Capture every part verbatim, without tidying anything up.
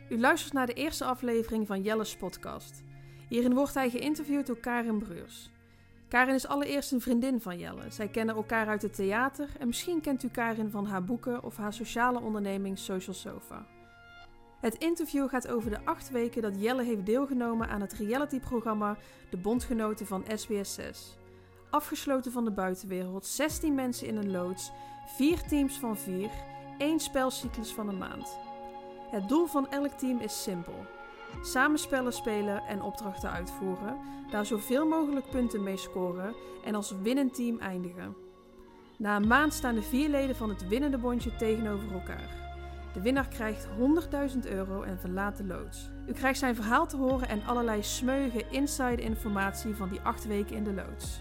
U luistert naar de eerste aflevering van Jelle's podcast. Hierin wordt hij geïnterviewd door Karin Breurs. Karin is allereerst een vriendin van Jelle. Zij kennen elkaar uit het theater en misschien kent u Karin van haar boeken of haar sociale onderneming Social Sofa. Het interview gaat over de acht weken dat Jelle heeft deelgenomen aan het realityprogramma De Bondgenoten van S B S zes. Afgesloten van de buitenwereld, zestien mensen in een loods, vier teams van vier, één spelcyclus van een maand. Het doel van elk team is simpel. Samen spellen spelen en opdrachten uitvoeren, daar zoveel mogelijk punten mee scoren en als winnend team eindigen. Na een maand staan de vier leden van het winnende bondje tegenover elkaar. De winnaar krijgt honderdduizend euro en verlaat de loods. U krijgt zijn verhaal te horen en allerlei smeuïge inside informatie van die acht weken in de loods.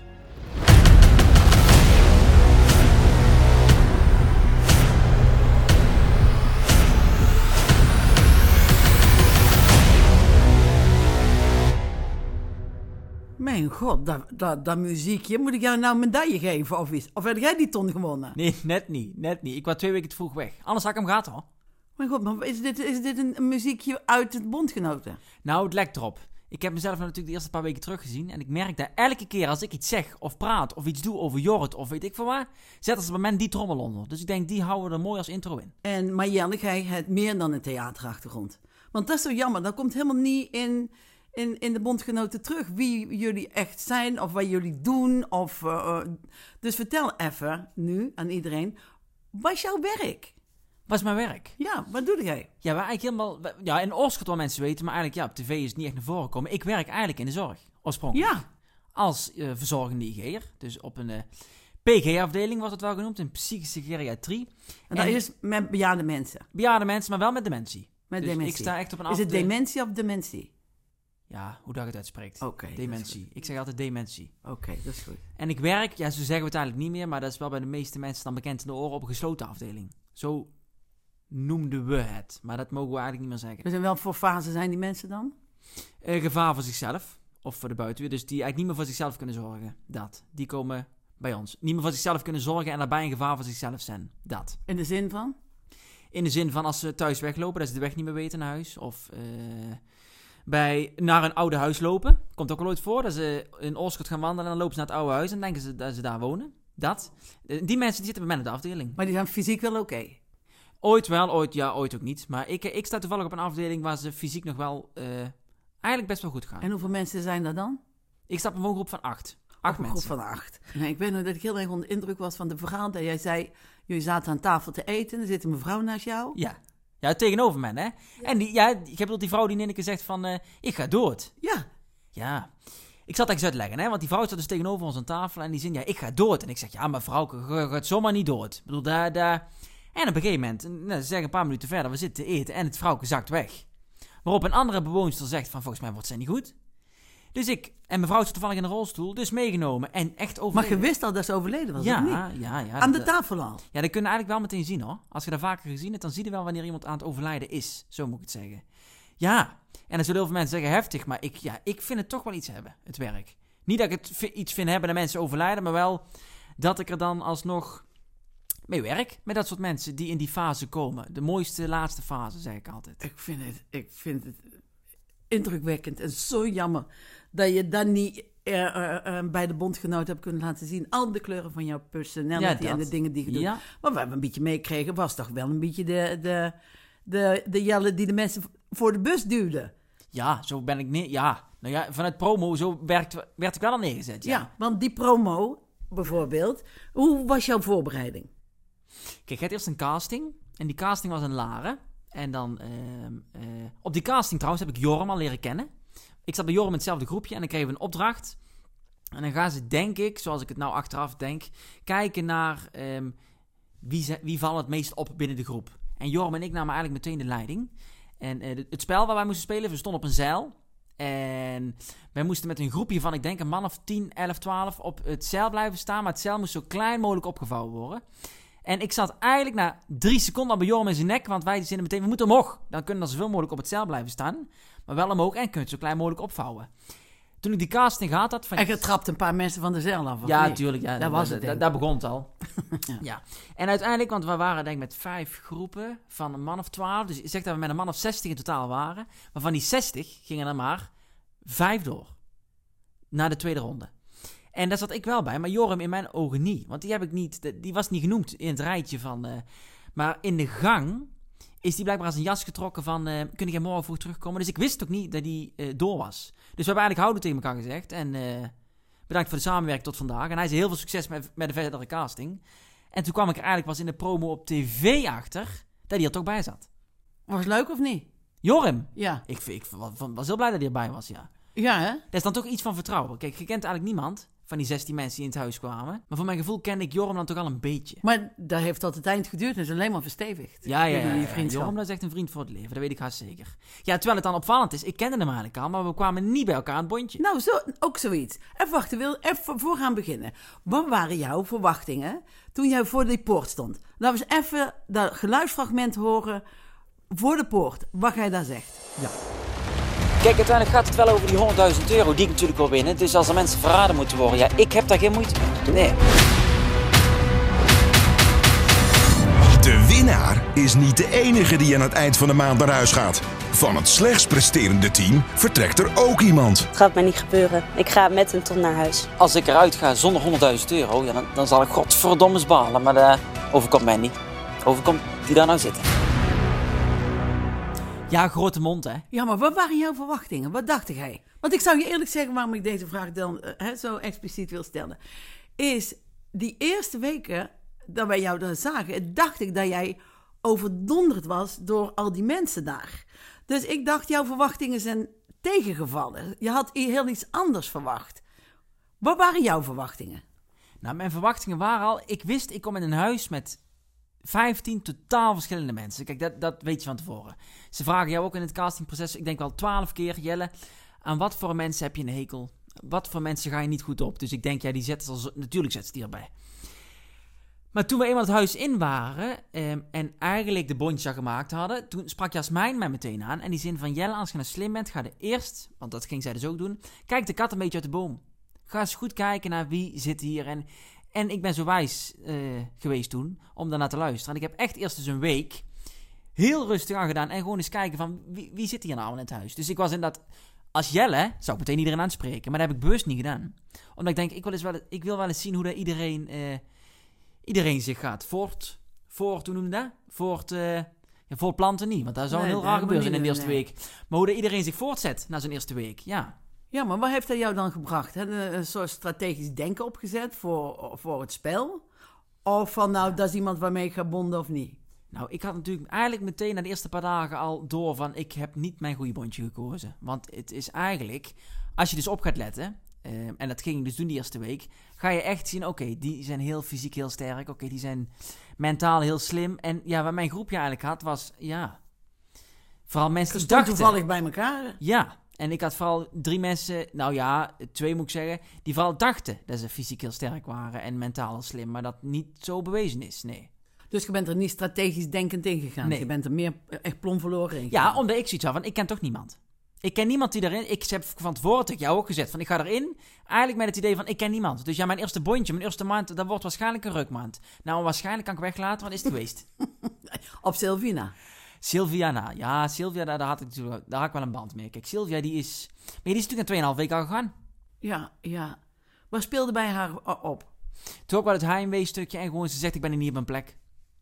Mijn god, dat, dat, dat muziekje. Moet ik jou nou een medaille geven of iets? Of heb jij die ton gewonnen? Nee, net niet, net niet. Ik was twee weken te vroeg weg. Anders had ik hem gehad, hoor. Mijn god, maar is dit, is dit een, een muziekje uit het Bondgenoten? Nou, het lijkt erop. Ik heb mezelf natuurlijk de eerste paar weken teruggezien. En ik merk dat elke keer als ik iets zeg of praat of iets doe over Jorrit of weet ik veel waar, zetten ze bij mij die trommel onder. Dus ik denk, die houden we er mooi als intro in. En maar Jelle, jij hebt meer dan een theaterachtergrond. Want dat is zo jammer. Dat komt helemaal niet in... In, in de Bondgenoten terug, wie jullie echt zijn of wat jullie doen. Of, uh, dus vertel even nu aan iedereen, wat is jouw werk? Wat is mijn werk? Ja, wat doe jij? Ja, waar eigenlijk helemaal, ja, in Oorschot wel mensen weten, maar eigenlijk ja, op tv is het niet echt naar voren gekomen. Ik werk eigenlijk in de zorg, oorspronkelijk. Ja. Als uh, verzorgende I G'er, dus op een uh, P G-afdeling wordt het wel genoemd, een psychische geriatrie. En dat en, is met bejaarde mensen? Bejaarde mensen, maar wel met dementie. Met dus dementie. Ik sta echt op een is het dementie of dementie? Ja, hoe dat je het uitspreekt. Oké. Okay, dementie. Ik zeg altijd dementie. Oké, okay, dat is goed. En ik werk, ja, zo zeggen we het eigenlijk niet meer, maar dat is wel bij de meeste mensen dan bekend in de oren op een gesloten afdeling. Zo noemden we het, maar dat mogen we eigenlijk niet meer zeggen. Dus in welke voor fase zijn die mensen dan? Uh, gevaar voor zichzelf, of voor de buitenwereld, dus die eigenlijk niet meer voor zichzelf kunnen zorgen. Dat. Die komen bij ons. Niet meer voor zichzelf kunnen zorgen en daarbij een gevaar voor zichzelf zijn. Dat. In de zin van? In de zin van als ze thuis weglopen, dat ze de weg niet meer weten naar huis, of... Uh, bij naar een oude huis lopen. Komt ook al ooit voor dat ze in Oorschot gaan wandelen en dan lopen ze naar het oude huis en denken ze dat ze daar wonen. Dat. Die mensen die zitten bij mij in de afdeling. Maar die zijn fysiek wel oké? Okay. Ooit wel, ooit ja, ooit ook niet. Maar ik, ik sta toevallig op een afdeling waar ze fysiek nog wel uh, eigenlijk best wel goed gaan. En hoeveel mensen zijn er dan? Ik sta op een woongroep van acht. Acht een mensen. groep van acht. Nee, ik weet nog dat ik heel erg onder de indruk was van de verhaal dat jij zei, jullie zaten aan tafel te eten, er zit een mevrouw naast jou. Ja. Ja, tegenover me, hè. Ja. En die, ja, ik heb die vrouw die Ninneke zegt van, uh, ik ga dood. Ja. Ja. Ik zat het eens uitleggen, hè. Want die vrouw zat dus tegenover ons aan tafel en die zei, ja, ik ga dood. En ik zeg, ja, maar vrouw, je gaat zomaar niet dood. Ik bedoel, daar, daar... En op een gegeven moment, nou, ze zeggen een paar minuten verder, we zitten te eten en het vrouwke zakt weg. Waarop een andere bewoonster zegt van, volgens mij wordt zij niet goed. Dus ik, en mevrouw zat toevallig in een rolstoel, dus meegenomen en echt overleden. Maar je wist al dat ze overleden was, ja, of niet? Ja, ja. Aan de dat, tafel al? Ja, dat kun je eigenlijk wel meteen zien, hoor. Als je dat vaker gezien hebt, dan zie je wel wanneer iemand aan het overlijden is. Zo moet ik het zeggen. Ja, en dan zullen heel veel mensen zeggen heftig, maar ik, ja, ik vind het toch wel iets hebben, het werk. Niet dat ik het v- iets vind hebben dat mensen overlijden, maar wel dat ik er dan alsnog mee werk met dat soort mensen die in die fase komen. De mooiste laatste fase, zeg ik altijd. Ik vind het, ik vind het indrukwekkend en zo jammer dat je dat niet uh, uh, uh, bij de Bondgenoten hebt kunnen laten zien. Al de kleuren van jouw personality ja, en de dingen die je doet. Ja. Maar wat we een beetje meekregen was toch wel een beetje de, de, de, de Jelle die de mensen voor de bus duwde. Ja, zo ben ik niet. Ja, nou ja, vanuit promo, zo werd, werd ik wel al neergezet. Ja. ja, want die promo bijvoorbeeld, hoe was jouw voorbereiding? Kijk, ik had eerst een casting. En die casting was in Laren. En dan, uh, uh, op die casting trouwens heb ik Jorm al leren kennen. Ik zat bij Jorm in hetzelfde groepje en dan kregen we een opdracht. En dan gaan ze, denk ik, zoals ik het nou achteraf denk, kijken naar um, wie, ze, wie valt het meest op binnen de groep. En Jorm en ik namen eigenlijk meteen de leiding. En uh, de, het spel waar wij moesten spelen, we stonden op een zeil. En wij moesten met een groepje van, ik denk een man of tien, elf, twaalf op het zeil blijven staan. Maar het zeil moest zo klein mogelijk opgevouwen worden. En ik zat eigenlijk na drie seconden al bij Jorm in zijn nek, want wij zinnen meteen, we moeten omhoog. Dan kunnen we zoveel mogelijk op het zeil blijven staan, maar wel omhoog en kunnen het zo klein mogelijk opvouwen. Toen ik die casting gehad had... Van... En je trapt een paar mensen van de zeil af, of Ja, niet? natuurlijk. Ja, Daar was het, da- denk Daar ik. begon het al. Ja. ja. En uiteindelijk, want we waren denk ik met vijf groepen van een man of twaalf. Dus ik zeg dat we met een man of zestig in totaal waren. Maar van die zestig gingen er maar vijf door. Naar de tweede ronde. En daar zat ik wel bij, maar Joram in mijn ogen niet. Want die heb ik niet, die was niet genoemd in het rijtje van... Uh, maar in de gang is die blijkbaar als een jas getrokken van... Uh, kun jij morgen vroeg terugkomen? Dus ik wist ook niet dat die uh, door was. Dus we hebben eigenlijk houden tegen elkaar gezegd. En uh, bedankt voor de samenwerking tot vandaag. En hij zei heel veel succes met, met de verdere casting. En toen kwam ik er eigenlijk pas in de promo op tv achter... dat hij er toch bij zat. Was het leuk of niet? Joram? Ja. Ik, ik was, was heel blij dat hij erbij was, ja. Ja, hè? Dat is dan toch iets van vertrouwen. Kijk, je kent eigenlijk niemand van die zestien mensen die in het huis kwamen. Maar voor mijn gevoel kende ik Joram dan toch al een beetje. Maar dat heeft tot het eind geduurd en is alleen maar verstevigd. Ja, ja, ja. Die ja. vriendschap. Joram, dat is echt een vriend voor het leven. Dat weet ik haast zeker. Ja, terwijl het dan opvallend is. Ik kende hem eigenlijk al, maar we kwamen niet bij elkaar aan het bondje. Nou, zo, ook zoiets. Even wachten, wil even voor gaan beginnen. Wat waren jouw verwachtingen toen jij voor die poort stond? Laten we eens even dat geluidsfragment horen voor de poort. Wat jij daar zegt. Ja. Kijk, uiteindelijk gaat het wel over die honderdduizend euro die ik natuurlijk wil winnen. Dus als er mensen verraden moeten worden, ja, ik heb daar geen moeite mee. Nee. De winnaar is niet de enige die aan het eind van de maand naar huis gaat. Van het slechtst presterende team vertrekt er ook iemand. Het gaat mij niet gebeuren. Ik ga met een ton naar huis. Als ik eruit ga zonder honderdduizend euro, ja, dan, dan zal ik godverdomme balen. Maar dat overkomt mij niet. Overkomt die daar nou zitten. Ja, grote mond, hè? Ja, maar wat waren jouw verwachtingen? Wat dacht jij? Want ik zou je eerlijk zeggen waarom ik deze vraag dan uh, hè, zo expliciet wil stellen. Is die eerste weken dat wij jou daar zagen, dacht ik dat jij overdonderd was door al die mensen daar. Dus ik dacht, jouw verwachtingen zijn tegengevallen. Je had heel iets anders verwacht. Wat waren jouw verwachtingen? Nou, mijn verwachtingen waren al... Ik wist, ik kom in een huis met vijftien totaal verschillende mensen. Kijk, dat, dat weet je van tevoren. Ze vragen jou ook in het castingproces, ik denk wel twaalf keer, Jelle, aan wat voor mensen heb je een hekel? Wat voor mensen ga je niet goed op? Dus ik denk, ja, die zetten ze, natuurlijk zetten ze die erbij. Maar toen we eenmaal het huis in waren eh, en eigenlijk de bondjes al gemaakt hadden, toen sprak Jasmijn mij meteen aan. En die zin van, Jelle, als je nou slim bent, ga je eerst, want dat ging zij dus ook doen, kijk de kat een beetje uit de boom. Ga eens goed kijken naar wie zit hier. En, en ik ben zo wijs uh, geweest toen om daarnaar te luisteren. En ik heb echt eerst dus een week heel rustig aan gedaan en gewoon eens kijken van wie, wie zit hier nou in het huis. Dus ik was inderdaad, als Jelle, zou ik meteen iedereen aanspreken, maar dat heb ik bewust niet gedaan. Omdat ik denk, ik wil, eens wel, ik wil wel eens zien hoe dat iedereen... Uh, Iedereen zich gaat voort, voort, hoe noem je dat? Voort, uh, ja, voortplanten niet, want dat zou nee, heel raar gebeuren zijn in de eerste nee. week. Maar hoe dat iedereen zich voortzet na zo'n eerste week, ja. Ja, maar wat heeft dat jou dan gebracht? Heb je een soort strategisch denken opgezet voor, voor het spel? Of van, nou, dat is iemand waarmee ik ga bonden of niet? Nou, ik had natuurlijk eigenlijk meteen na de eerste paar dagen al door van, ik heb niet mijn goede bondje gekozen. Want het is eigenlijk, als je dus op gaat letten... Uh, en dat ging ik dus doen die eerste week. Ga je echt zien, oké, okay, die zijn heel fysiek heel sterk. Oké, okay, die zijn mentaal heel slim. En ja, wat mijn groepje eigenlijk had, was, ja... Vooral mensen die dachten... toevallig bij elkaar. Ja, en ik had vooral drie mensen... Nou ja, twee moet ik zeggen... Die vooral dachten dat ze fysiek heel sterk waren en mentaal heel slim. Maar dat niet zo bewezen is, nee. Dus je bent er niet strategisch denkend in gegaan? Nee. Je bent er meer echt plom verloren in gegaan? Ja, omdat ik zoiets had van, ik ken toch niemand. Ik ken niemand die erin... Ik heb van tevoren tegen jou ook gezegd van ik ga erin. Eigenlijk met het idee van ik ken niemand. Dus ja, mijn eerste bondje, mijn eerste maand, dat wordt waarschijnlijk een rukmaand. Nou, waarschijnlijk kan ik weglaten, want is het geweest. Op Sylvina. Sylvia, nou ja, Sylvia, daar, daar, had ik, daar had ik wel een band mee. Kijk, Sylvia die is... Maar die is natuurlijk een tweeënhalf week al gegaan. Ja, ja. Wat speelde bij haar op? Toen ook wel het heimwee-stukje en gewoon ze zegt ik ben er niet op mijn plek.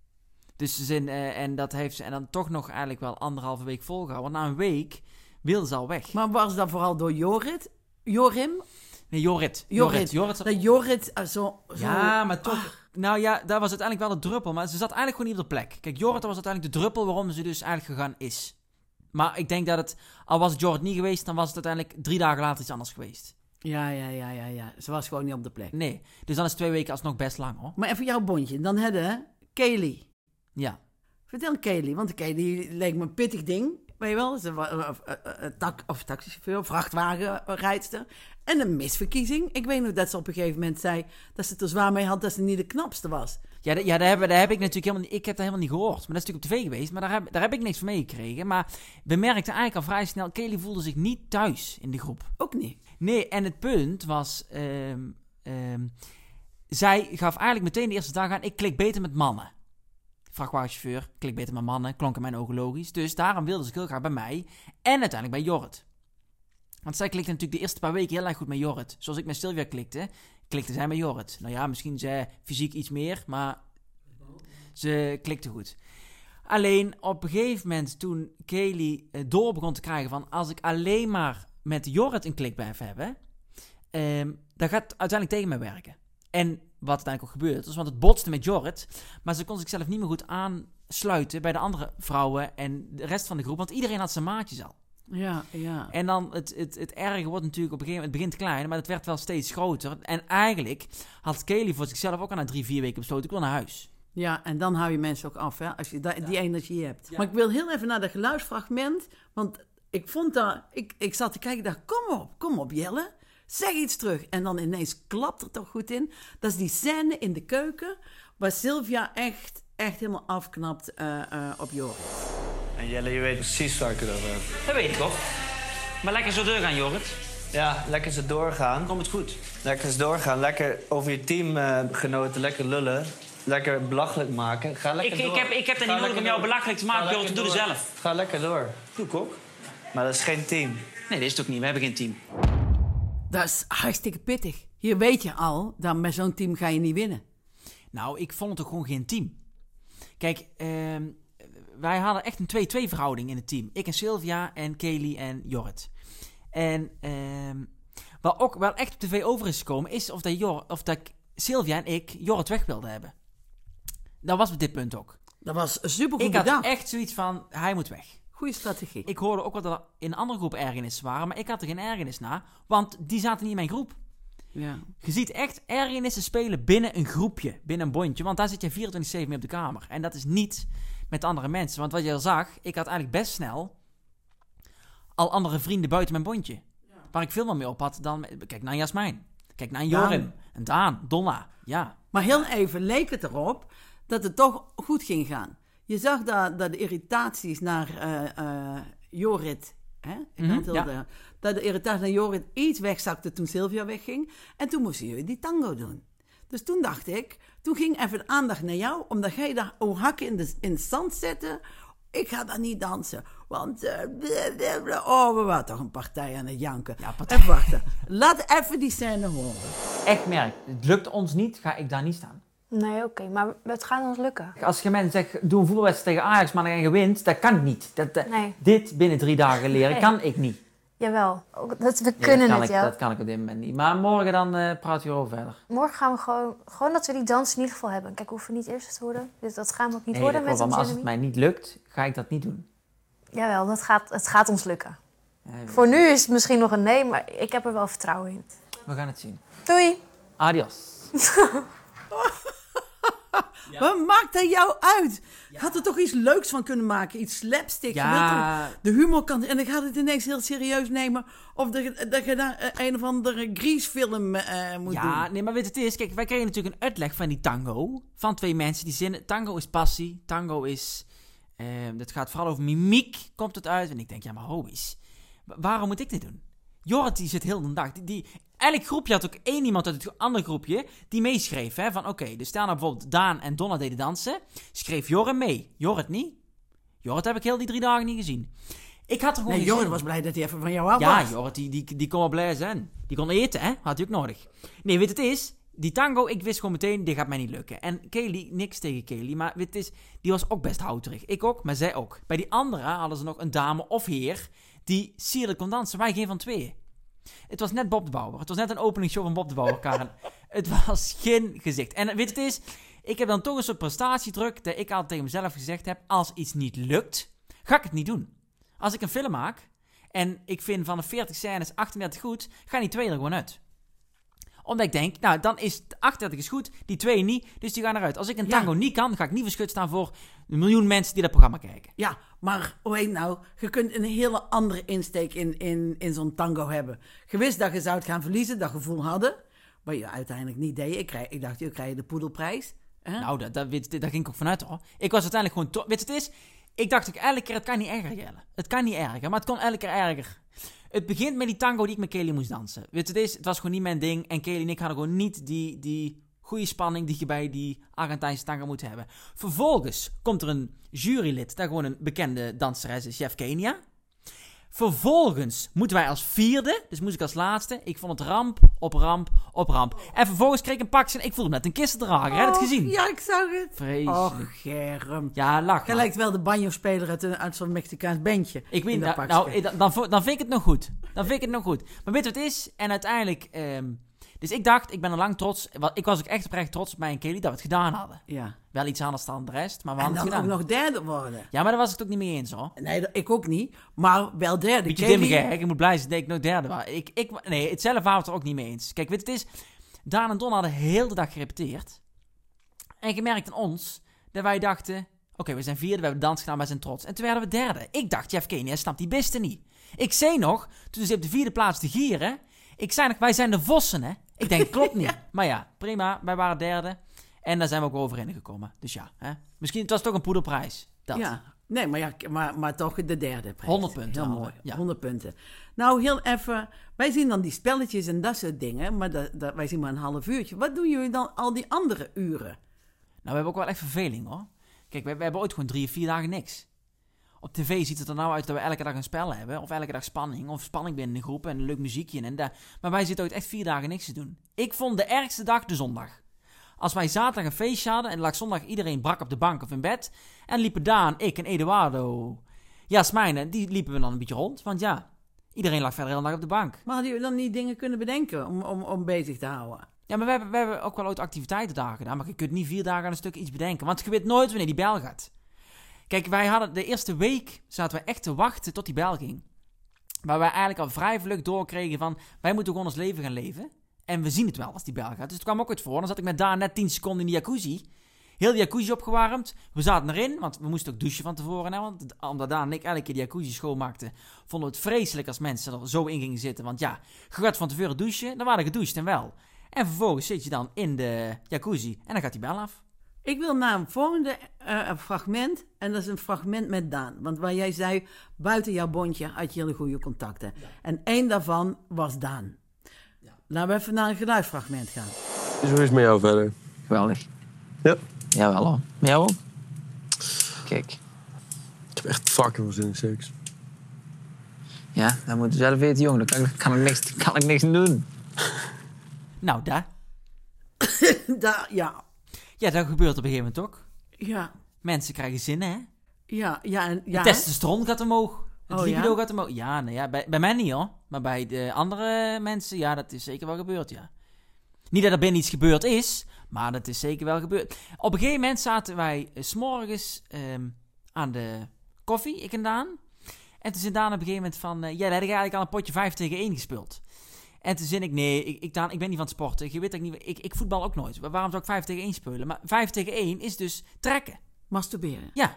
Dus ze zin, uh, en dat heeft ze en dan toch nog eigenlijk wel anderhalve week volgehouden. Want na een week... wilde ze al weg. Maar was dat vooral door Jorrit? Jorim? Nee, Jorrit. Jorrit. Jorrit. Dat Jorrit uh, zo, zo... Ja, maar toch... Ah. Nou ja, daar was uiteindelijk wel de druppel. Maar ze zat eigenlijk gewoon niet op de plek. Kijk, Jorrit was uiteindelijk de druppel waarom ze dus eigenlijk gegaan is. Maar ik denk dat het... Al was het Jorrit niet geweest, dan was het uiteindelijk drie dagen later iets anders geweest. Ja, ja, ja, ja, ja. Ze was gewoon niet op de plek. Nee. Dus dan is twee weken alsnog best lang, hoor. Maar even jouw bondje. Dan hadden Kelly. Ja. Vertel Kelly, want Kelly leek me een pittig ding. Weet je wel, ze was een tak, of taxichauffeur, vrachtwagenrijdster. En een misverkiezing. Ik weet nog dat ze op een gegeven moment zei dat ze het er zwaar mee had dat ze niet de knapste was. Ja, d- ja daar, heb, daar heb ik natuurlijk helemaal niet... Ik heb dat helemaal niet gehoord. Maar dat is natuurlijk op tv geweest. Maar daar heb, daar heb ik niks van meegekregen. Maar we merkten eigenlijk al vrij snel... Kelly voelde zich niet thuis in de groep. Ook niet. Nee, en het punt was... Um, um, zij gaf eigenlijk meteen de eerste dag aan... Ik klik beter met mannen. Vrachtwagenchauffeur, klik beter met mannen. Klonk in mijn ogen logisch. Dus daarom wilde ze heel graag bij mij. En uiteindelijk bij Jorrit. Want zij klikte natuurlijk de eerste paar weken heel erg goed met Jorrit. Zoals ik met Sylvia klikte... klikte zij met Jorrit. Nou ja, misschien zij fysiek iets meer, maar ze klikte goed. Alleen op een gegeven moment toen Kelly uh, door begon te krijgen van... als ik alleen maar met Jorrit een klik blijf hebben... Um, dan gaat het uiteindelijk tegen mij werken. En wat uiteindelijk ook gebeurd is, want het botste met Jorrit... maar ze kon zichzelf niet meer goed aansluiten bij de andere vrouwen... en de rest van de groep, want iedereen had zijn maatjes al. Ja, ja. En dan, het, het, het erge wordt natuurlijk op een gegeven moment, het begint klein, maar het werd wel steeds groter. En eigenlijk had Kelly voor zichzelf ook al na drie, vier weken besloten, ik wil naar huis. Ja, en dan hou je mensen ook af, hè, als je da- die energie hebt. Ja. Maar ik wil heel even naar dat geluidsfragment, want ik vond dat, ik, ik zat te kijken, ik dacht, kom op, kom op Jelle, zeg iets terug. En dan ineens klapt er toch goed in. Dat is die scène in de keuken, waar Sylvia echt, echt helemaal afknapt uh, uh, op Jorrit. En Jelle, je weet precies waar ik het over heb. Dat weet ik toch. Maar lekker zo doorgaan, Jorrit. Ja, lekker zo doorgaan. Komt het goed. Lekker zo doorgaan. Lekker over je teamgenoten, uh, lekker lullen. Lekker belachelijk maken. Ga lekker ik, door. Ik heb, ik heb dat niet nodig om jou belachelijk te maken, Jorrit. Doe het zelf. Ga lekker door. Doe ik ook. Maar dat is geen team. Nee, dat is het ook niet. We hebben geen team. Dat is hartstikke pittig. Hier weet je al, dat met zo'n team ga je niet winnen. Nou, ik vond het ook gewoon geen team. Kijk, uh, wij hadden echt een twee-twee verhouding in het team. Ik en Sylvia en Kelly en Jorrit. En uh, wat ook wel echt op tv over is gekomen, is of dat, Jor, of dat Sylvia en ik Jorrit weg wilden hebben. Dat was op dit punt ook. Dat was super goed Ik had bedacht. echt zoiets van, hij moet weg. Goeie strategie. Ik hoorde ook wel dat er in een andere groep ergernissen waren, maar ik had er geen ergernis naar, want die zaten niet in mijn groep. Ja. Je ziet echt ergernissen spelen binnen een groepje, binnen een bondje, want daar zit je vierentwintig zeven mee op de kamer. En dat is niet met andere mensen, want wat je al zag, ik had eigenlijk best snel al andere vrienden buiten mijn bondje. Ja. Waar ik veel meer mee op had dan, kijk naar Jasmijn, kijk naar Jorim, en Daan, Donna, ja. Maar heel even leek het erop dat het toch goed ging gaan. Je zag dat, dat de irritaties naar uh, uh, Jorrit, hè? Ik Mm-hmm, heel ja. de, dat de irritaties naar Jorrit iets wegzakte toen Sylvia wegging. En toen moesten jullie die tango doen. Dus toen dacht ik, toen ging even de aandacht naar jou, omdat jij daar oh, hakken in, de, in het zand zette. Ik ga daar niet dansen, want uh, blablabla. Oh, we waren toch een partij aan het janken. Ja, partij. Even wachten, laat even die scène horen. Echt merk, het lukt ons niet, ga ik daar niet staan. Nee, oké, okay, maar het gaat ons lukken. Als je mensen zegt, doe een voetbalwedstrijd tegen Ajax, maar dan je wint, dat kan niet. Dat, uh, nee. Dit binnen drie dagen leren nee. kan ik niet. Jawel, dat, we Nee, kunnen dat het, ik, ja. Dat kan ik op dit moment niet. Maar morgen dan uh, praten we erover verder. Morgen gaan we gewoon, gewoon dat we die dans in ieder geval hebben. Kijk, we hoeven niet eerst te worden. Dus dat gaan we ook niet Nee, worden dat met klopt, ons maar als het mij niet lukt, ga ik dat niet doen. Jawel, dat gaat, het gaat ons lukken. Ja, Voor nu is het misschien nog een nee, maar ik heb er wel vertrouwen in. we gaan het zien. Doei! Adios. Ja. Wat maakt dat jou uit? Je had er toch iets leuks van kunnen maken. Iets slapstick. Ja. Je wilt de humor kan... En dan gaat het ineens heel serieus nemen. Of dat, dat je daar een of andere Grease-film uh, moet doen. Ja, nee, maar weet het is... Kijk, wij kregen natuurlijk een uitleg van die tango. Van twee mensen die zinnen... Tango is passie. Tango is... Uh, dat gaat vooral over mimiek, komt het uit. En ik denk, ja, maar homies. Waarom moet ik dit doen? Jorrit, die zit heel de dag... Die, die, elk groepje had ook één iemand uit het andere groepje die meeschreef. Hè, van oké, okay, dus stel nou bijvoorbeeld Daan en Donna deden dansen. Schreef Jorrit mee. Jorrit niet. Jorrit heb ik heel die drie dagen niet gezien. Ik had er gewoon nee, Jorrit was blij dat hij even van jou af ja, was. Ja, Jorrit, die, die, die kon wel blij zijn. Die kon eten, hè. Had hij ook nodig. Nee, weet het is... Die tango, ik wist gewoon meteen, dit gaat mij niet lukken. En Kelly, niks tegen Kelly, maar weet het is, die was ook best houterig. Ik ook, maar zij ook. Bij die andere hadden ze nog een dame of heer die sierlijk kon dansen. Wij geen van tweeën. Het was net Bob de Bouwer. Het was net een openingsshow van Bob de Bouwer, Karen. Het was geen gezicht. En weet het is, ik heb dan toch een soort prestatiedruk dat ik altijd tegen mezelf gezegd heb, als iets niet lukt, ga ik het niet doen. Als ik een film maak en ik vind van de veertig scènes achtendertig goed, gaan die twee er gewoon uit. Omdat ik denk, nou, dan is achtendertig is goed, die twee niet, dus die gaan eruit. Als ik een tango ja. niet kan, ga ik niet verschut staan voor een miljoen mensen die dat programma kijken. Ja, maar hoe heet nou, je kunt een hele andere insteek in, in, in zo'n tango hebben. Je wist dat je zou het gaan verliezen, dat gevoel hadden, wat je uiteindelijk niet deed. Ik, krijg, ik dacht, je krijgt de poedelprijs. Hè? Nou, dat, dat, weet, daar ging ik ook vanuit hoor. Ik was uiteindelijk gewoon... To- weet je, het is... Ik dacht ook elke keer, het kan niet erger, Jelle. Het kan niet erger, maar het kon elke keer erger. Het begint met die tango die ik met Kelly moest dansen. Weet je, het, is, het was gewoon niet mijn ding. En Kelly en ik hadden gewoon niet die, die goede spanning die je bij die Argentijnse tango moet hebben. Vervolgens komt er een jurylid, dat gewoon een bekende danseres is, Chef Kenia. Vervolgens moeten wij als vierde, dus moest ik als laatste. Ik vond het ramp, op ramp, op ramp. En vervolgens kreeg ik een pakje en ik voelde me net een kistendrager. Heb je het gezien? Ja, ik zag het. Vreselijk. Och, Germ. Ja, lach. Jij lijkt wel de banjo-speler uit, een- uit zo'n Mexicaans bandje. Ik weet in dat nou, pakje. nou, dan, dan, dan vind ik het nog goed. Dan vind ik het nog goed. Maar weet je wat het is? En uiteindelijk... ehm, dus ik dacht, ik ben al lang trots. Ik was ook echt oprecht trots op mij en Kelly dat we het gedaan hadden. Ja. Wel iets anders dan de rest, maar we En hadden dan het ook gedaan. nog derde worden. Ja, maar daar was ik het ook niet mee eens hoor. Nee, dat- ik ook niet. Maar wel derde. Beetje Kelly- dimmig, ik moet blij zijn dat ik nog derde was. Ik, ik, nee, het zelf waren we het er ook niet mee eens. Kijk, weet je, het is... Daan en Don hadden heel de dag gerepeteerd. En gemerkt aan ons dat wij dachten... Oké, okay, we zijn vierde, we hebben dans gedaan, wij zijn trots. En toen werden we derde. Ik dacht, Jeff Kenia snapt die beste niet. Ik zei nog, toen ze op de vierde plaats te gieren... Ik zei nog, wij zijn de vossen, hè. Ik denk, klopt niet. Ja. Maar ja, prima, wij waren derde. En daar zijn we ook overheen gekomen. Dus ja, hè. Misschien het was toch een poederprijs. Dat. Ja, nee, maar, ja, maar, maar toch de derde prijs. honderd punten. Heel mooi, ja. honderd punten. Nou, heel even, wij zien dan die spelletjes en dat soort dingen, maar dat, dat, wij zien maar een half uurtje. Wat doen jullie dan al die andere uren? Nou, we hebben ook wel echt verveling, hoor. Kijk, we, we hebben ooit gewoon drie of vier dagen niks. Op tv ziet het er nou uit dat we elke dag een spel hebben. Of elke dag spanning. Of spanning binnen de groep en een leuk muziekje. En daar. Maar wij zitten ooit echt vier dagen niks te doen. Ik vond de ergste dag de zondag. Als wij zaterdag een feestje hadden en lag zondag iedereen brak op de bank of in bed. En liepen Daan, ik en Eduardo, Jasmijn, die liepen we dan een beetje rond. Want ja, iedereen lag verder de hele dag op de bank. Maar hadden jullie dan niet dingen kunnen bedenken om, om, om bezig te houden? Ja, maar we hebben, we hebben ook wel ooit activiteiten daar gedaan. Maar je kunt niet vier dagen aan een stuk iets bedenken. Want je weet nooit wanneer die bel gaat. Kijk, wij hadden de eerste week zaten we echt te wachten tot die bel ging. Waar wij eigenlijk al vrij vlug doorkregen van... Wij moeten gewoon ons leven gaan leven. En we zien het wel als die bel gaat. Dus het kwam ook ooit voor. Dan zat ik met Daan net tien seconden in die jacuzzi. Heel die jacuzzi opgewarmd. We zaten erin, want we moesten ook douchen van tevoren. Hè, want omdat Daan en ik elke keer die jacuzzi schoonmaakten... vonden we het vreselijk als mensen er zo in gingen zitten. Want ja, je gaat van tevoren douchen. Dan waren we gedoucht en wel. En vervolgens zit je dan in de jacuzzi. En dan gaat die bel af. Ik wil naar een volgende uh, fragment. En dat is een fragment met Daan. Want waar jij zei, buiten jouw bondje had je hele goede contacten. Ja. En één daarvan was Daan. Ja. Laten we even naar een geluidsfragment gaan. Dus hoe is het met jou verder? Geweldig. Ja? Jawel hoor. Met jou ook? Kijk. Ik heb echt fucking veel zin in seks. Ja, dat moet je zelf weten, jongen. Daar kan, kan, ik niks, kan ik niks doen. Nou, daar. daar, ja. Ja, dat gebeurt op een gegeven moment ook. Ja. Mensen krijgen zin, hè? Ja, ja. En, ja. Het testosteron gaat omhoog. Het oh, libido ja? gaat omhoog. Ja, nou ja bij, bij mij niet, hoor. Maar bij de andere mensen, ja, dat is zeker wel gebeurd, ja. Niet dat er binnen iets gebeurd is, maar dat is zeker wel gebeurd. Op een gegeven moment zaten wij uh, 's morgens um, aan de koffie, ik en Daan. En toen zei Daan op een gegeven moment van... Uh, ja, daar heb ik eigenlijk al een potje vijf tegen één gespeeld. En toen zei ik, nee, ik, ik, Daan, ik ben niet van het sporten. Je weet dat ik niet... Ik, ik voetbal ook nooit. Waarom zou ik vijf tegen één spelen? Maar vijf tegen één is dus trekken. Masturberen. Ja.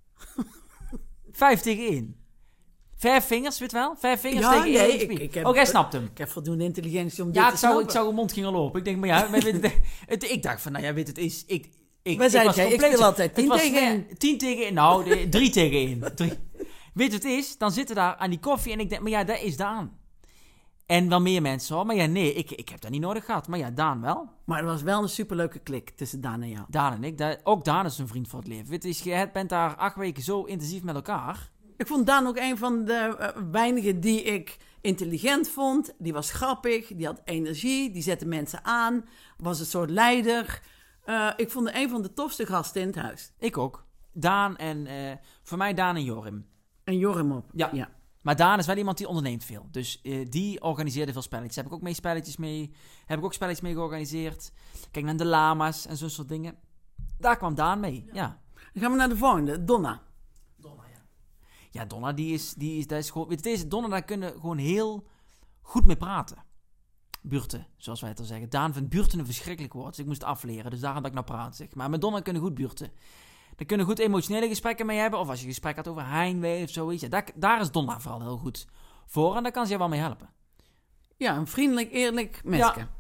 vijf tegen één. Vijf vingers, weet je wel? Vijf vingers ja, tegen nee, één. Ik, ik heb, ook hij snapt hem. Ik heb voldoende intelligentie om ja, dit te ik zou, snappen. ik zou een mond gingen lopen. Ik denk, maar ja, maar weet het, het, ik dacht van, nou ja, weet het is... Ik, ik, Wat zei ik, jij? Ik speel altijd tien tegen één. Tien tegen één. Nou, de, drie tegen één. Drie. Weet je wat het is? Dan zitten daar aan die koffie en ik denk, maar ja, dat is Daan. En wel meer mensen hoor. Maar ja, nee, ik, ik heb dat niet nodig gehad. Maar ja, Daan wel. Maar er was wel een superleuke klik tussen Daan en jou. Daan en ik. Dat, ook Daan is een vriend voor het leven. Weet je, je bent daar acht weken zo intensief met elkaar. Ik vond Daan ook een van de uh, weinigen die ik intelligent vond. Die was grappig, die had energie, die zette mensen aan. Was een soort leider. Uh, ik vond hem een van de tofste gasten in het huis. Ik ook. Daan en... Uh, voor mij Daan en Jorim. En Jorim op. Ja. ja. Maar Daan is wel iemand die onderneemt veel. Dus uh, die organiseerde veel spelletjes. Heb ik ook mee spelletjes mee. Heb ik ook spelletjes mee georganiseerd. Kijk naar de lama's en zo'n soort dingen. Daar kwam Daan mee, ja. ja. Dan gaan we naar de volgende, Donna. Donna, ja. Ja, Donna, die is, die is, dat is gewoon... Weet je, deze Donna, daar kunnen gewoon heel goed mee praten. Buurten, zoals wij het al zeggen. Daan vindt buurten een verschrikkelijk woord. Dus ik moest het afleren. Dus daarom dat ik nou praat, zeg. Maar met Donna kunnen goed buurten. Daar kunnen goed emotionele gesprekken mee hebben. Of als je gesprek had over heimwee of zoiets. Ja, daar, daar is Donna vooral heel goed voor. En daar kan ze je wel mee helpen. Ja, een vriendelijk, eerlijk mensje. Ja.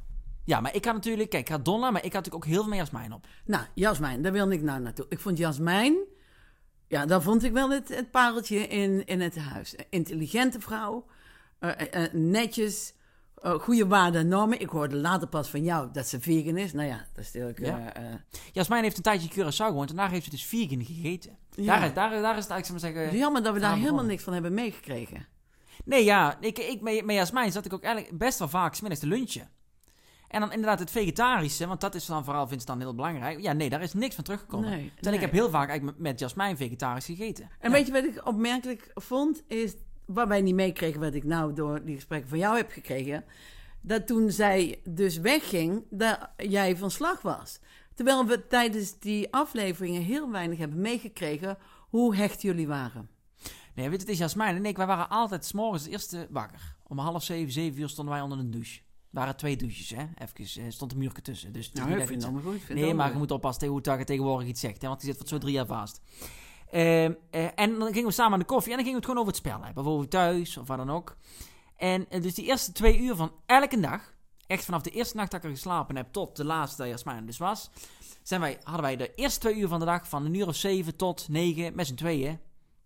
Ja, maar ik had natuurlijk... Kijk, ik had Donna, maar ik had natuurlijk ook heel veel meer Jasmijn op. Nou, Jasmijn, daar wilde ik nou naartoe. Ik vond Jasmijn... Ja, daar vond ik wel het, het pareltje in, in het huis. Intelligente vrouw. Uh, uh, netjes. Uh, goede waarden en normen. Ik hoorde later pas van jou dat ze vegan is. Nou ja, dat is natuurlijk... Uh, Ja. uh, Jasmijn heeft een tijdje in Curaçao gewoond en daar heeft ze dus vegan gegeten. Ja. Daar, is, daar, daar is het eigenlijk, zal ik maar zeggen... jammer dat we daar gaan helemaal begonnen. niks van hebben meegekregen. Nee, ja, ik, ik, met, met Jasmijn zat ik ook eigenlijk best wel vaak 's middags te lunchen. En dan inderdaad het vegetarische, want dat is dan vooral, vindt ze dan heel belangrijk. Ja, nee, daar is niks van teruggekomen. Nee, Terwijl nee. ik heb heel vaak eigenlijk met Jasmijn vegetarisch gegeten. En Ja. weet je wat ik opmerkelijk vond? Is wat wij niet meekregen, wat ik nou door die gesprekken van jou heb gekregen. Dat toen zij dus wegging, dat jij van slag was. Terwijl we tijdens die afleveringen heel weinig hebben meegekregen hoe hecht jullie waren. Nee, weet je, het is Jasmijn en ik, wij waren altijd 's morgens het eerste wakker. Om half zeven, zeven uur stonden wij onder een douche. Er waren twee douches, hè. Even, uh, stond een muurtje tussen. Dus het is Nou, niet ik vind echt- het allemaal goed. ik vind Nee, het maar je allemaal moet oppassen tegen hoe het tegenwoordig iets zegt. Hè, want die zit voor zo drie jaar vast. Ehm, eh, en dan gingen we samen aan de koffie en dan gingen we het gewoon over het spel hebben. Bijvoorbeeld thuis of wat dan ook. En eh, dus die eerste twee uur van elke dag, echt vanaf de eerste nacht dat ik er geslapen heb tot de laatste dat Jasmijn er dus was, zijn wij, hadden wij de eerste twee uur van de dag van een uur of zeven tot negen met z'n tweeën.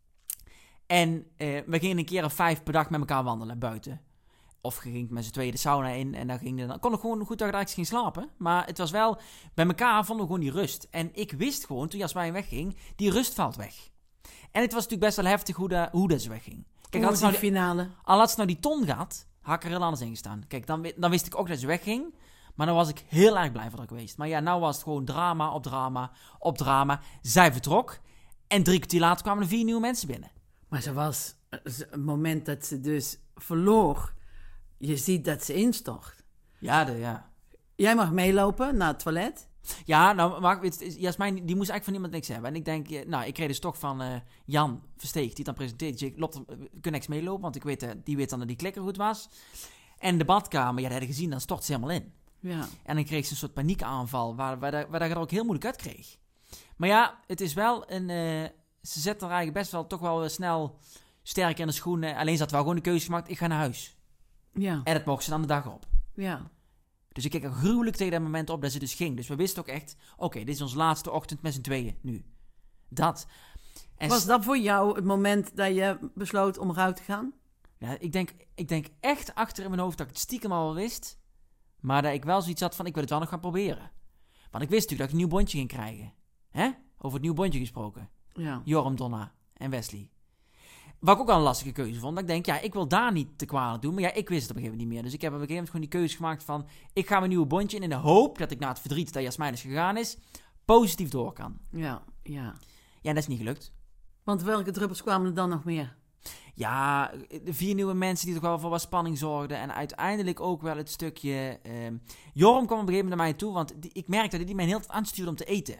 En eh, we gingen een keer of vijf per dag met elkaar wandelen buiten. Of je ging met z'n tweeën de sauna in en dan ging je, dan kon ik gewoon goed dat ik eigenlijk ging slapen. Maar het was wel, bij elkaar vonden we gewoon die rust. En ik wist gewoon, toen Jasmijn wegging, die rust valt weg. En het was natuurlijk best wel heftig hoe, de, hoe dat ze wegging. Kijk, Hoe als was nou die die, finale? al had ze nou die ton gehad, had ik er heel anders in gestaan. Kijk, dan, wi- dan wist ik ook dat ze wegging. Maar dan was ik heel erg blij voor haar geweest. Maar ja, nou was het gewoon drama op drama op drama. Zij vertrok. En drie kwartier later kwamen er vier nieuwe mensen binnen. Maar ze was, het moment dat ze dus verloor, je ziet dat ze instort. Ja, de, ja. Jij mag meelopen naar het toilet. Ja, nou, maar weet je, Jasmijn, die moest eigenlijk van niemand niks hebben. En ik denk, eh, nou, ik kreeg dus toch van eh, Jan Versteeg, die het dan presenteert. Dus ik loop, kun niks meelopen, want ik weet, eh, die weet dan dat die klikker goed was. En de badkamer, ja, dat had je gezien, dan stort ze helemaal in. Ja. En dan kreeg ze een soort paniekaanval, waar, waar, waar, waar je er ook heel moeilijk uit kreeg. Maar ja, het is wel een... Uh, ze zet er eigenlijk best wel toch wel snel sterk in de schoenen. Alleen ze had wel gewoon de keuze gemaakt, ik ga naar huis. Ja. En dat mocht ze dan de dag op. Ja. Dus ik keek er gruwelijk tegen dat moment op dat ze dus ging. Dus we wisten ook echt, oké, okay, dit is onze laatste ochtend met z'n tweeën nu. Dat. En Was dat voor jou het moment dat je besloot om eruit te gaan? Ja, ik denk, ik denk echt achter in mijn hoofd dat ik het stiekem al wel wist. Maar dat ik wel zoiets had van, ik wil het wel nog gaan proberen. Want ik wist natuurlijk dat ik een nieuw bondje ging krijgen. Hè? Over het nieuw bondje gesproken. Ja. Joram, Donna en Wesley. Wat ik ook al een lastige keuze vond. Dat ik denk, ja, ik wil daar niet te kwalijk doen. Maar ja, ik wist het op een gegeven moment niet meer. Dus ik heb op een gegeven moment gewoon die keuze gemaakt van, ik ga mijn nieuwe bondje in, in de hoop dat ik na het verdriet dat Jasmijn is gegaan is, positief door kan. Ja, ja. Ja, dat is niet gelukt. Want welke druppels kwamen er dan nog meer? Ja, de vier nieuwe mensen die toch wel voor wat spanning zorgden. En uiteindelijk ook wel het stukje... Uh, Joram kwam op een gegeven moment naar mij toe, want die, ik merkte dat hij mij heel tijd aanstuurde om te eten.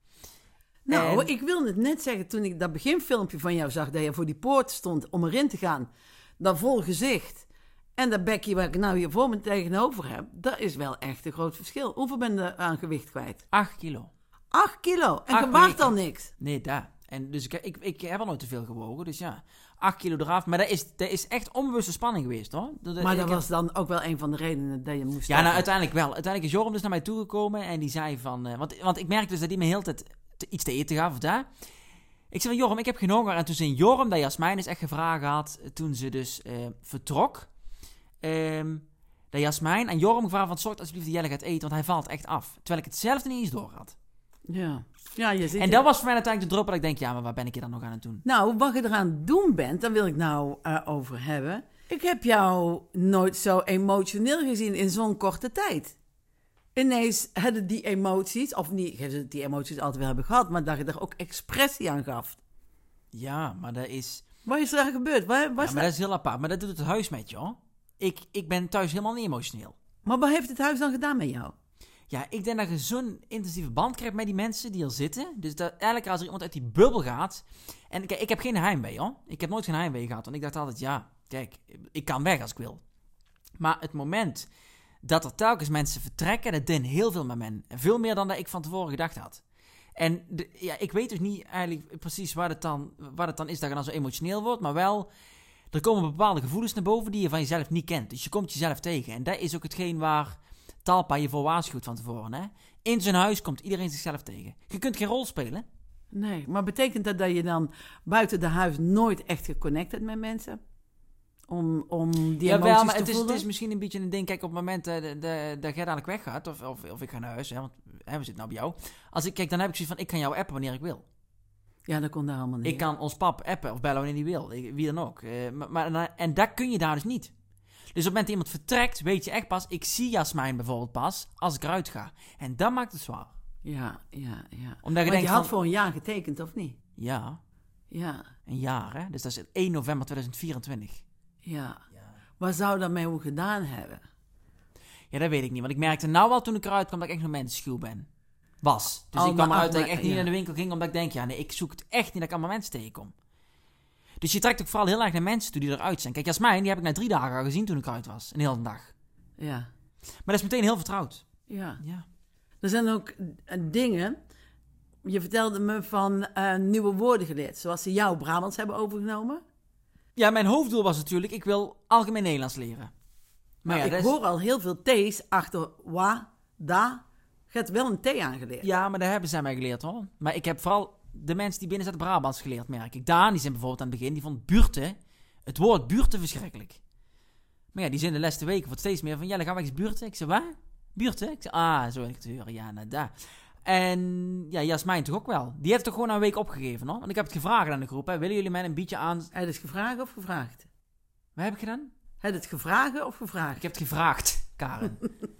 Nou, En- ik wilde het net zeggen, toen ik dat beginfilmpje van jou zag, dat je voor die poort stond om erin te gaan, dat vol gezicht, en dat bekje waar ik nou hier voor me tegenover heb, dat is wel echt een groot verschil. Hoeveel ben je aan gewicht kwijt? Acht kilo. Acht kilo. En Acht je wacht weken. al niks. Nee, daar. En dus ik, ik, ik heb al nooit te veel gewogen, dus ja. Acht kilo eraf. Maar dat is, dat is echt onbewuste spanning geweest, hoor. Dat, Maar ik dat heb- was dan ook wel een van de redenen dat je moest Ja, stoppen. nou, uiteindelijk wel. Uiteindelijk is Joram dus naar mij toegekomen en die zei van... eh, want, want ik merkte dus dat hij me heel tijd te- iets te eten gaf of daar. Ik zei van, Joram, ik heb geen honger. En toen zei Joram dat Jasmijn eens echt gevraagd had, eh, toen ze dus eh, vertrok. ehm, dat Jasmijn aan Joram gevraagd van, zorg alsjeblieft dat Jelle gaat eten, want hij valt echt af. Terwijl ik het zelf niet eens door had. Ja. Ja, je zit En dat was voor mij uiteindelijk de druppel dat ik denk, ja, maar waar ben ik hier dan nog aan het doen? Nou, wat je eraan het doen bent, daar wil ik nou eh, over hebben. Ik heb jou nooit zo emotioneel gezien in zo'n korte tijd. Ineens hadden die emoties, of niet, je hebt die emoties altijd wel hebben gehad, maar dat je er ook expressie aan gaf. Ja, maar dat is... Wat is er aan gebeurd? Wat, wat Ja, is maar dat is heel apart. Maar dat doet het huis met je, hoor. Ik, ik ben thuis helemaal niet emotioneel. maar wat heeft het huis dan gedaan met jou? Ja, ik denk dat je zo'n intensieve band krijgt met die mensen die er zitten. Dus dat elke keer als er iemand uit die bubbel gaat... En kijk, ik heb geen heimwee, hoor. Ik heb nooit geen heimwee gehad. Want ik dacht altijd, ja, kijk, ik kan weg als ik wil. Maar het moment dat er telkens mensen vertrekken... dat deed heel veel met men. Veel meer dan dat ik van tevoren gedacht had. En de, ja, ik weet dus niet eigenlijk precies waar het, dan, waar het dan is dat je dan zo emotioneel wordt. Maar wel, er komen bepaalde gevoelens naar boven die je van jezelf niet kent. Dus je komt jezelf tegen. En dat is ook hetgeen waar Talpa je voor waarschuwt van tevoren. Hè? In zijn huis komt iedereen zichzelf tegen. Je kunt geen rol spelen. Nee, maar betekent dat dat je dan buiten de huis nooit echt geconnect hebt met mensen? Om, om die Ja, emoties wel, maar te het is, voelen? het is misschien een beetje een ding. Kijk, op het moment uh, de, de, dat jij dadelijk weggaat, of, of, of ik ga naar huis, hè, want hè, we zitten nou bij jou. Als ik kijk, dan heb ik zoiets van, ik kan jou appen wanneer ik wil. Ja, dat kon daar allemaal niet. Ik kan ons pap appen of bellen wanneer hij wil. Ik, wie dan ook. Uh, maar, maar, en dat kun je daar dus niet. Dus op het moment dat iemand vertrekt, weet je echt pas... Ik zie Jasmijn bijvoorbeeld pas als ik eruit ga. En dat maakt het zwaar. Ja, ja, ja. Omdat je Want denkt je had van, voor een jaar getekend, of niet? Ja, Ja, een jaar hè. Dus dat is één november tweeduizend vierentwintig. ja. Wat zou dat met hoe gedaan hebben? Ja, dat weet ik niet. Want ik merkte nou al toen ik eruit kwam dat ik echt nog mensenschuw ben. Was. Dus Al ik kwam maar- eruit dat al ik echt maar- niet ja. naar de winkel ging. Omdat ik denk, ja nee, ik zoek het echt niet dat ik allemaal mensen tegenkom. Dus je trekt ook vooral heel erg naar mensen toe die eruit zijn. Kijk, Jasmijn, die heb ik na drie dagen al gezien toen ik eruit was. Een hele dag. Ja, Maar dat is meteen heel vertrouwd. ja. Ja. Er zijn ook eh, dingen... Je vertelde me van eh, nieuwe woorden geleerd. Zoals ze jouw Brabants hebben overgenomen. Ja, mijn hoofddoel was natuurlijk, ik wil algemeen Nederlands leren. Maar Maar ja, ik dat is- hoor al heel veel T's achter wa, da. Je hebt wel een T aangeleerd. Ja, maar dat hebben zij mij geleerd hoor. Maar ik heb vooral de mensen die binnen zaten Brabants geleerd, merk ik. Daan, die zijn bijvoorbeeld aan het begin, die vond buurten, het woord buurten verschrikkelijk. Maar ja, die zijn de laatste weken wordt steeds meer van, ja, dan gaan we eens buurten. Ik zei, waar? Buurten? Ik zei, ah, zo heb ik het horen. Ja, nou daar. En ja, Jasmijn toch ook wel. Die heeft toch gewoon een week opgegeven hoor. Want ik heb het gevraagd aan de groep, hè. Willen jullie mij een beetje aan... Heb je het gevraagd of gevraagd? Wat heb ik gedaan? Heb je het gevraagd of gevraagd? Ik heb het gevraagd, Karen.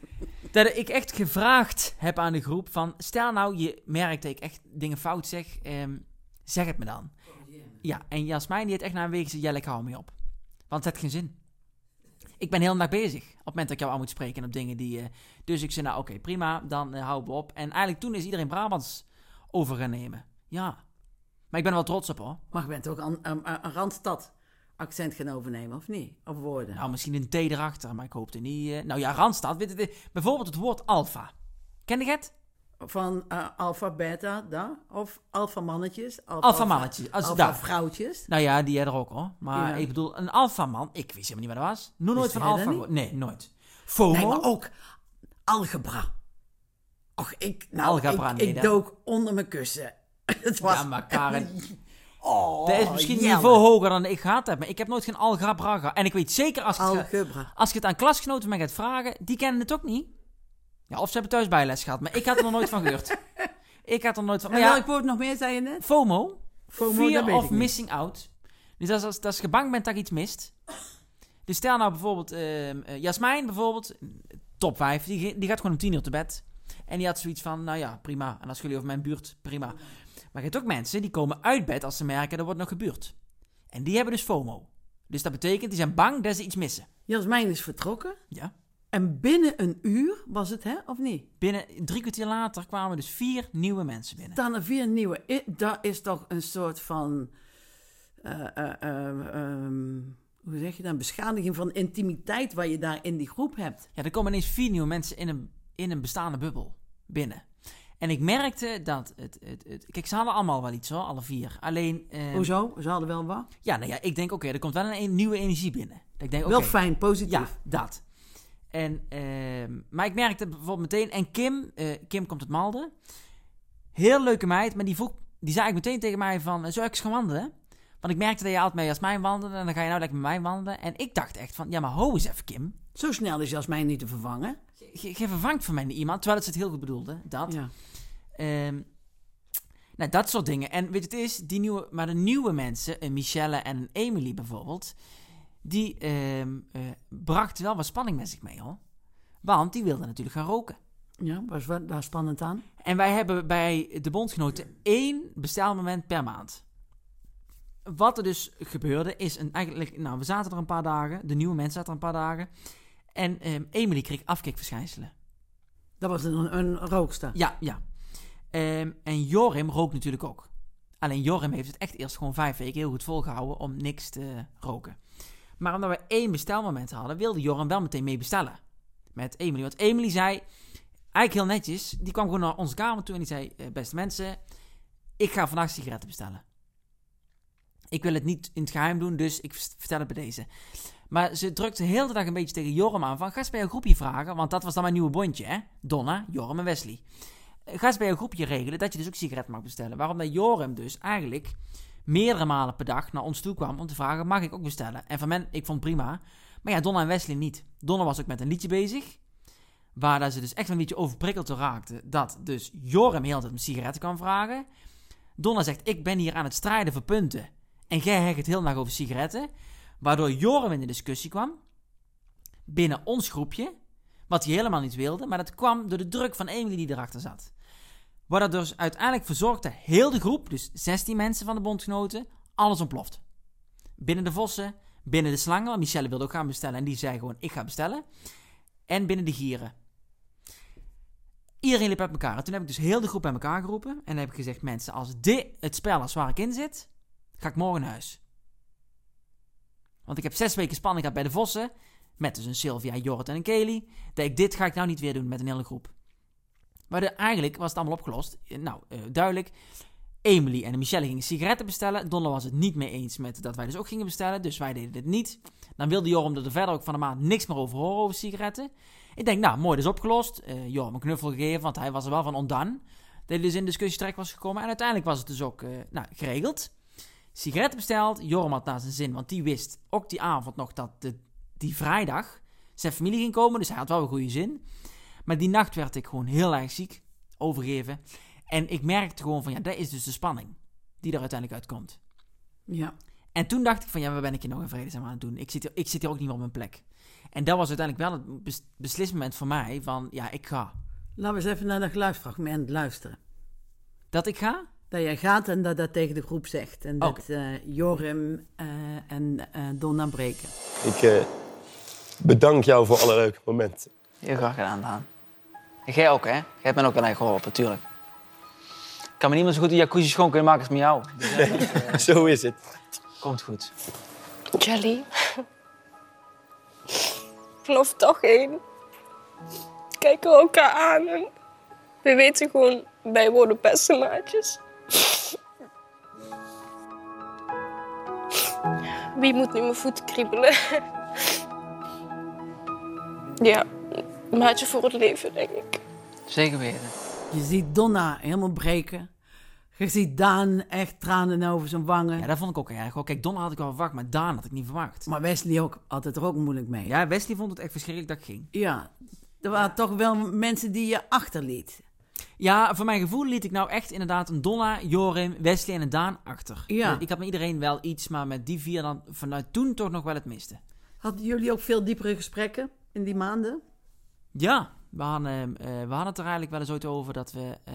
Dat ik echt gevraagd heb aan de groep van... Stel nou, je merkt dat ik echt dingen fout zeg. ehm, zeg het me dan. Ja, en Jasmijn die heeft echt na een week gezegd... Jelle, ik hou me op. Want het heeft geen zin. Ik ben heel dag bezig. Op het moment dat ik jou aan moet spreken op dingen die... eh, dus ik zei, nou oké, prima. Dan uh, houden we op. En eigenlijk toen is iedereen Brabants over gaan nemen. Ja. Maar ik ben er wel trots op hoor. Maar je bent ook een, een, een Randstad accent gaan overnemen, of niet? Of woorden? Nou, misschien een T erachter, maar ik hoopte niet... eh, nou ja, Randstad. Weet je, bijvoorbeeld het woord alfa. Ken je het? Van uh, alfa, beta, da? Of alfa mannetjes? Alfa mannetjes, als Alfa daar. vrouwtjes? Nou ja, die er ook hoor. Maar Ja. ik bedoel, een alfaman. Ik wist helemaal niet wat dat was. Nog nooit Wist van jij dat alfa niet? gehoord. Nee, nooit. FOMO. Nee, maar ook algebra. Och, ik, nou, Algebra, ik, nee, ik dat- dook onder mijn kussen. Het was... Ja, maar Karen... Oh, dat is misschien een Jelle. niveau hoger dan ik gehad heb. Maar ik heb nooit geen algebra gehad. En ik weet zeker, als, ik het, ga- Algebra. als ik het aan klasgenoten van mij gaat vragen, die kennen het ook niet. Ja, of ze hebben thuis bijles gehad. Maar ik had er nog nooit van gehoord. Ik had er nooit van... En Maar ja, welk woord nog meer, zei je net? FOMO. FOMO, Fear dat weet of ik niet. missing out. Dus als, als, als je bang bent dat je iets mist. Dus stel nou bijvoorbeeld... ehm, eh, Jasmijn bijvoorbeeld, top vijf, die, die gaat gewoon om tien uur te bed. En die had zoiets van, nou ja, prima. En als jullie over mijn buurt, prima. Maar je hebt ook mensen die komen uit bed als ze merken, er wordt nog gebeurd. En die hebben dus FOMO. Dus dat betekent, die zijn bang dat ze iets missen. Jasmijn is vertrokken. Ja. En binnen een uur was het, hè? Of niet? Binnen drie kwartier later kwamen dus vier nieuwe mensen binnen. Dan er vier nieuwe. I- Dat is toch een soort van... eh, eh, eh, ehm, hoe zeg je dat? Beschadiging van intimiteit waar je daar in die groep hebt. Ja, er komen ineens vier nieuwe mensen in een, in een bestaande bubbel binnen. En ik merkte dat... Het, het, het, kijk, ze hadden allemaal wel iets hoor, alle vier. Alleen... ehm, Hoezo? Ze hadden wel wat. Ja, nou ja, ik denk, oké, er komt wel een, een nieuwe energie binnen. Dat ik denk, oké, Wel fijn, positief. ja, dat. En, ehm, maar ik merkte bijvoorbeeld meteen... En Kim, eh, Kim komt uit Malden. Heel leuke meid, maar die, vroeg, die zei eigenlijk meteen tegen mij van... Zou ik eens gaan wandelen? Want ik merkte dat je altijd met Jasmijn wandelde... En dan ga je nou lekker met mij wandelen. En ik dacht echt van... Ja, maar ho eens even, Kim. Zo snel is Jasmijn niet te vervangen. Je, je vervangt van mij niet iemand... Terwijl het ze het heel goed bedoelde. Dat. Ja. Ehm, nou, dat soort dingen. En weet je, het is... Die nieuwe, maar de nieuwe mensen... eh, Michelle en Emily bijvoorbeeld... Die ehm, eh, brachten wel wat spanning met zich mee, hoor. Want die wilden natuurlijk gaan roken. Ja, was wel daar spannend aan. En wij hebben bij de bondgenoten één bestelmoment per maand. Wat er dus gebeurde is... Een, eigenlijk, nou, we zaten er een paar dagen. De nieuwe mensen zaten er een paar dagen. En ehm, Emily kreeg afkikverschijnselen. Dat was een, een rookster. Ja, ja. Ehm, en Jorim rookt natuurlijk ook. Alleen Jorim heeft het echt eerst gewoon vijf weken heel goed volgehouden om niks te roken. Maar omdat we één bestelmoment hadden, wilde Jorim wel meteen mee bestellen. Met Emily. Want Emily zei, eigenlijk heel netjes, die kwam gewoon naar onze kamer toe en die zei... eh, Beste mensen, ik ga vandaag sigaretten bestellen. Ik wil het niet in het geheim doen, dus ik vertel het bij deze. Maar ze drukte heel de dag een beetje tegen Joram aan van, ga eens bij jouw groepje vragen, want dat was dan mijn nieuwe bondje, hè? Donna, Joram en Wesley. Ga eens bij jouw groepje regelen dat je dus ook sigaretten mag bestellen. Waarom dat Joram dus eigenlijk meerdere malen per dag naar ons toe kwam om te vragen, mag ik ook bestellen? En van men, ik vond het prima. Maar ja, Donna en Wesley niet. Donna was ook met een liedje bezig, waar dat ze dus echt een beetje overprikkeld door raakte, dat dus Joram heel de tijd om sigaretten kan vragen. Donna zegt, ik ben hier aan het strijden voor punten. En jij hecht het heel erg over sigaretten. Waardoor Joram in de discussie kwam. Binnen ons groepje. Wat hij helemaal niet wilde. Maar dat kwam door de druk van Emily die erachter zat. Waar dat dus uiteindelijk voor zorgde. Heel de groep, dus zestien mensen van de bondgenoten. Alles ontploft. Binnen de vossen. Binnen de slangen. Want Michelle wilde ook gaan bestellen. En die zei gewoon, ik ga bestellen. En binnen de gieren. Iedereen liep bij elkaar. En toen heb ik dus heel de groep bij elkaar geroepen. En dan heb ik gezegd, mensen, als dit het spel is waar ik in zit, ga ik morgen naar huis. Want ik heb zes weken spanning gehad bij de vossen. Met dus een Sylvia, Jorrit en een Kelly. Dat ik dit ga ik nou niet weer doen met een hele groep. Maar de, eigenlijk was het allemaal opgelost. Nou, uh, duidelijk. Emily en Michelle gingen sigaretten bestellen. Donna was het niet mee eens met dat wij dus ook gingen bestellen. Dus wij deden dit niet. Dan wilde Joram er verder ook van de maand niks meer over horen over sigaretten. Ik denk, nou, mooi, dat is opgelost. Uh, Joram een knuffel gegeven, want hij was er wel van ontdaan. Dat hij dus in discussie terecht was gekomen. En uiteindelijk was het dus ook uh, nou, geregeld. Sigaretten besteld. Joram had naar zijn zin, want die wist ook die avond nog dat de, die vrijdag zijn familie ging komen. Dus hij had wel een goede zin. Maar die nacht werd ik gewoon heel erg ziek. Overgeven. En ik merkte gewoon van, ja, dat is dus de spanning die er uiteindelijk uitkomt. Ja. En toen dacht ik van, ja, wat ben ik hier nog in vredesnaam aan het doen? Ik zit, hier, ik zit hier ook niet meer op mijn plek. En dat was uiteindelijk wel het bes- beslismoment voor mij van, ja, ik ga. Laten we eens even naar dat geluidsfragment luisteren. Dat ik ga? Dat jij gaat en dat dat tegen de groep zegt. En dat Okay. uh, Joram uh, en uh, Donna breken. Ik uh, bedank jou voor alle leuke momenten. Heel graag gedaan, Daan. En jij ook, hè? Jij hebt me ook wel echt geholpen, natuurlijk. Ik kan me niet meer zo goed de jacuzzi schoon kunnen maken als met jou. Dus, ja, dat, uh, Zo is het. Komt goed. Jelly. Vanaf dag één kijken we elkaar aan en we weten gewoon, wij worden beste maatjes. Wie moet nu mijn voeten kriebelen? Ja, maatje voor het leven, denk ik. Zeker weten. Je ziet Donna helemaal breken. Je ziet Daan echt tranen over zijn wangen. Ja, dat vond ik ook erg. Kijk, Donna had ik wel verwacht, maar Daan had ik niet verwacht. Maar Wesley ook, altijd er ook moeilijk mee. Ja, Wesley vond het echt verschrikkelijk dat ik ging. Ja, er waren toch wel mensen die je achterliet. Ja, voor mijn gevoel liet ik nou echt inderdaad een Donna, Joram, Wesley en een Daan achter. Ja. Ik had met iedereen wel iets, maar met die vier dan vanuit toen toch nog wel het miste. Hadden jullie ook veel diepere gesprekken in die maanden? Ja, we hadden, uh, we hadden het er eigenlijk wel eens ooit over dat we... Uh,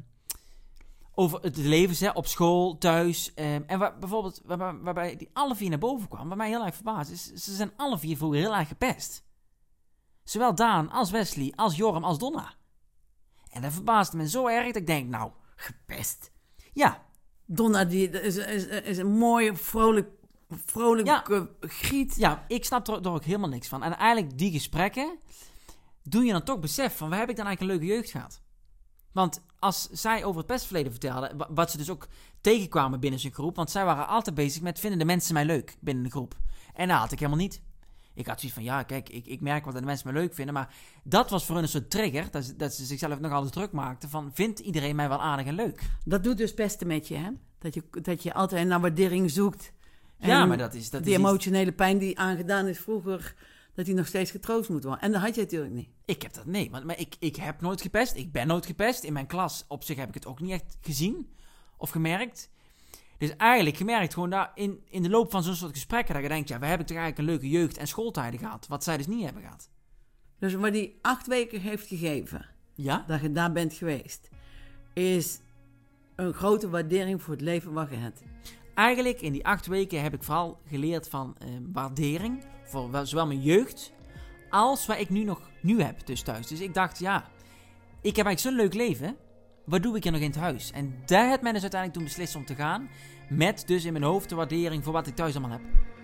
over het leven hè, op school, thuis. Um, en waar, bijvoorbeeld waar, waarbij die alle vier naar boven kwam, wat mij heel erg verbaasd is, ze zijn alle vier vroeger heel erg gepest. Zowel Daan als Wesley, als Joram, als Donna. En dat verbaasde me zo erg dat ik denk, nou, gepest. Ja. Donna die, is, is, is een mooie, vrolijk, vrolijk ja. griet. Ja, ik snap er, er ook helemaal niks van. En eigenlijk die gesprekken doen je dan toch besef van, waar heb ik dan eigenlijk een leuke jeugd gehad? Want als zij over het pestverleden vertelden, wat ze dus ook tegenkwamen binnen zijn groep, want zij waren altijd bezig met, vinden de mensen mij leuk binnen de groep? En dat had ik helemaal niet. Ik had zoiets van, ja, kijk, ik, ik merk wat de mensen mij leuk vinden, maar dat was voor hun een soort trigger, dat ze, dat ze zichzelf nog alles druk maakten van, vindt iedereen mij wel aardig en leuk? Dat doet dus pesten met je, hè? Dat je, dat je altijd naar waardering zoekt. En ja, maar dat is... Dat die is emotionele iets... pijn die aangedaan is vroeger, dat die nog steeds getroost moet worden. En dat had je natuurlijk niet. Ik heb dat, nee. Maar, maar ik, ik heb nooit gepest. Ik ben nooit gepest. In mijn klas op zich heb ik het ook niet echt gezien of gemerkt. Dus eigenlijk gemerkt gewoon daar in, in de loop van zo'n soort gesprekken dat je denkt, ja, we hebben toch eigenlijk een leuke jeugd en schooltijden gehad. Wat zij dus niet hebben gehad. Dus wat die acht weken heeft gegeven, ja? dat je daar bent geweest, is een grote waardering voor het leven wat je hebt. Eigenlijk in die acht weken heb ik vooral geleerd van uh, waardering voor wel, zowel mijn jeugd als wat ik nu nog nu heb dus thuis. Dus ik dacht, ja, ik heb eigenlijk zo'n leuk leven. Wat doe ik hier nog in het huis? En daar heeft men dus uiteindelijk toen beslist om te gaan. Met dus in mijn hoofd de waardering voor wat ik thuis allemaal heb.